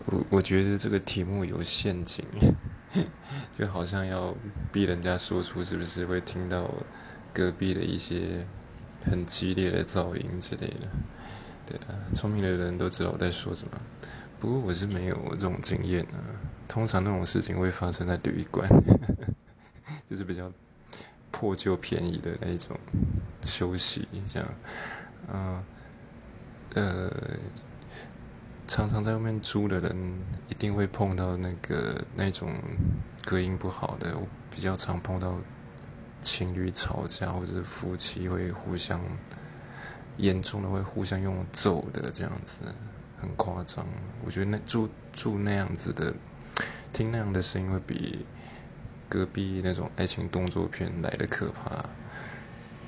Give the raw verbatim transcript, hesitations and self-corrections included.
我我觉得这个题目有陷阱，就好像要逼人家说出是不是会听到隔壁的一些很激烈的噪音之类的。对啊，聪明的人都知道我在说什么。不过我是没有这种经验啊，通常那种事情会发生在旅馆，就是比较破旧便宜的那一种休息，这样，嗯、呃，常常在外面租的人一定会碰到那个那种隔音不好的，我比较常碰到情侣吵架，或者是夫妻会互相严重的会互相用揍的这样子，很夸张。我觉得那住住那样子的，听那样的声音会比隔壁那种爱情动作片来的可怕。